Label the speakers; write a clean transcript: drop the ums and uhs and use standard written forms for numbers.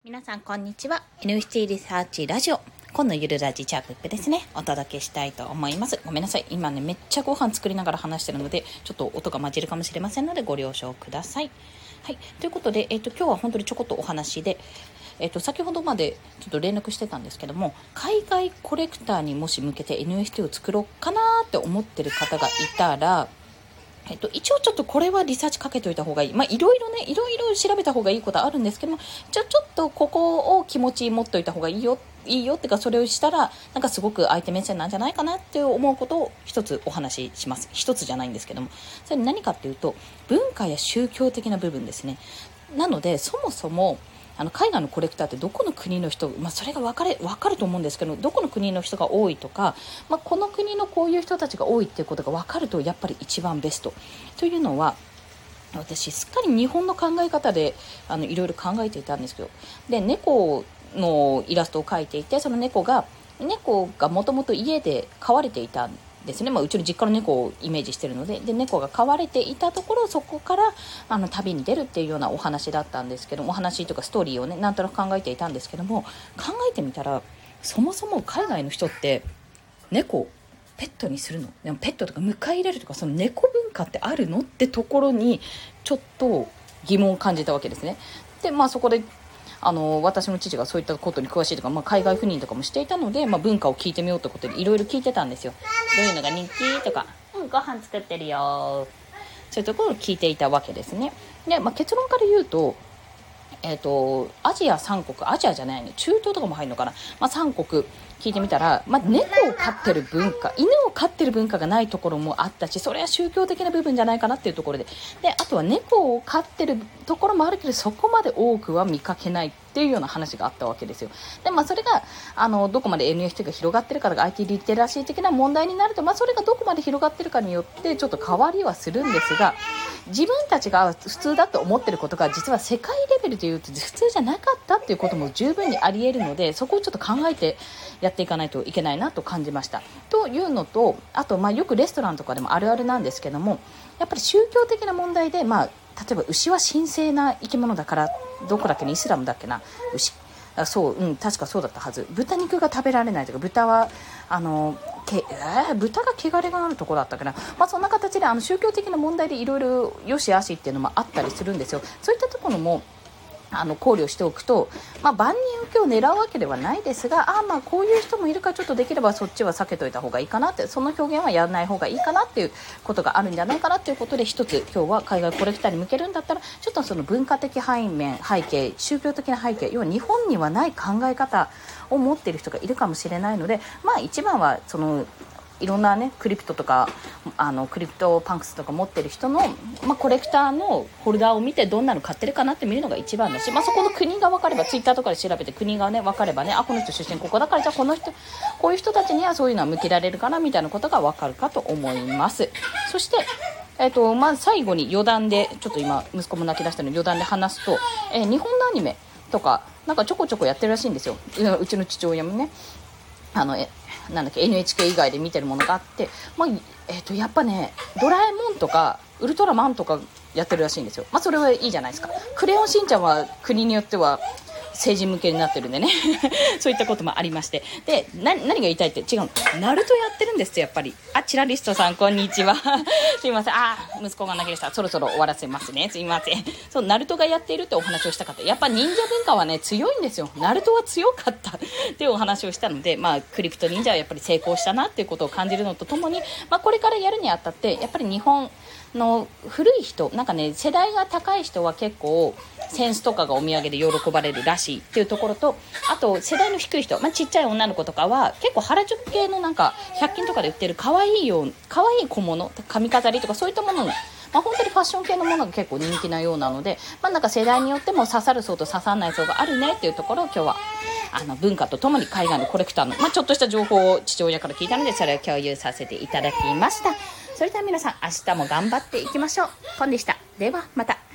Speaker 1: 皆さんこんにちは。 NFT リサーチラジオ、今のゆるラジチャープップですね、お届けしたいと思います。ごめんなさい、今ねめっちゃご飯作りながら話してるのでちょっと音が混じるかもしれませんのでご了承ください。はい、ということで、今日は本当にちょこっとお話で、先ほどまでちょっと連絡してたんですけども、海外コレクターにもし向けて NFT を作ろうかなって思ってる方がいたら、一応ちょっとこれはリサーチかけといた方がいい。いろいろ調べた方がいいことあるんですけども、ちょっとここを気持ち持っといた方がいいよってか、それをしたらなんかすごく相手目線なんじゃないかなって思うことを一つお話しします。一つじゃないんですけども、それ何かっていうと、文化や宗教的な部分ですね。なのでそもそも海外のコレクターってどこの国の人、それが分かると思うんですけど、どこの国の人が多いとか、この国のこういう人たちが多いっていうことが分かるとやっぱり一番ベストというのは、私すっかり日本の考え方でいろいろ考えていたんですけど、で猫のイラストを描いていて、その猫がもともと家で飼われていたんですね。うちの実家の猫をイメージしているので、猫が飼われていたところ、そこから旅に出るっていうようなお話だったんですけども、お話とかストーリーをねなんとなく考えていたんですけども、考えてみたら、そもそも海外の人って猫をペットにするの、でもペットとか迎え入れるとか、その猫文化ってあるのってところにちょっと疑問を感じたわけですね。でそこで私の父がそういったことに詳しいとか、海外赴任とかもしていたので、文化を聞いてみようということでいろいろ聞いてたんですよ。どういうのが人気とか、ご飯作ってるよ、そういうところを聞いていたわけですね。で、結論から言うと、アジア3国、アジアじゃないね、中東とかも入るのかな、3国聞いてみたら、猫を飼ってる文化、犬を飼ってる文化がないところもあったし、それは宗教的な部分じゃないかなっていうところで、あとは猫を飼ってるところもあるけど、そこまで多くは見かけないっていうような話があったわけですよ。で、それがどこまで NFT が広がってるかとか IT リテラシー的な問題になると、それがどこまで広がってるかによってちょっと変わりはするんですが、自分たちが普通だと思ってることが実は世界レベルでいうと普通じゃなかったっていうことも十分にあり得るので、そこをちょっと考えてやっていかないといけないなと感じました。というのと、あとよくレストランとかでもあるあるなんですけども、やっぱり宗教的な問題で、例えば牛は神聖な生き物だから、どこだっけね、イスラムだっけな、牛、確かそうだったはず。豚肉が食べられないとか、豚は豚が汚れがあるところだったかな、そんな形で宗教的な問題でいろいろよし悪しっていうのもあったりするんですよ。そういったところも考慮しておくと、万人受けを狙うわけではないですが、こういう人もいるから、ちょっとできればそっちは避けといた方がいいかなって、その表現はやらない方がいいかなっていうことがあるんじゃないかなということで、一つ今日は海外コレクターに向けるんだったら、ちょっとその文化的背景、宗教的な背景、要は日本にはない考え方を持っている人がいるかもしれないので、一番はそのいろんなね、クリプトとかクリプトパンクスとか持ってる人の、コレクターのホルダーを見て、どんなの買ってるかなって見るのが一番だし、そこの国が分かれば、ツイッターとかで調べて国がね分かればね、この人出身ここだから、じゃあこういう人たちにはそういうのは向けられるかなみたいなことが分かるかと思います。そして最後に余談で、ちょっと今息子も泣き出したので余談で話すと、日本のアニメとかなんかちょこちょこやってるらしいんですよ。うちの父親もね、NHK 以外で見てるものがあって、やっぱね、ドラえもんとかウルトラマンとかやってるらしいんですよ。それはいいじゃないですか。クレヨンしんちゃんは国によっては成人向けになってるんでねそういったこともありまして、で何が言いたいって、違う、ナルトやってるんですよ、やっぱり。チラリストさんこんにちはすいません、息子が泣きでした。そろそろ終わらせますね、すいません。そう、ナルトがやっているってお話をしたかった。やっぱ忍者文化はね強いんですよ。ナルトは強かったっていうお話をしたので、クリプト忍者はやっぱり成功したなっていうことを感じるのとともに、これからやるにあたって、やっぱり日本の古い人、世代が高い人は結構センスとかがお土産で喜ばれるらしいっていうところと、あと世代の低い人、ちっちゃい女の子とかは結構原宿系の100均とかで売ってる可愛い小物、髪飾りとかそういったものの、本当にファッション系のものが結構人気なようなので、世代によっても刺さる層と刺さらない層があるねっていうところを、今日は文化とともに海外のコレクターの、ちょっとした情報を父親から聞いたので、それを共有させていただきました。それでは皆さん、明日も頑張っていきましょう。ポンでした。ではまた。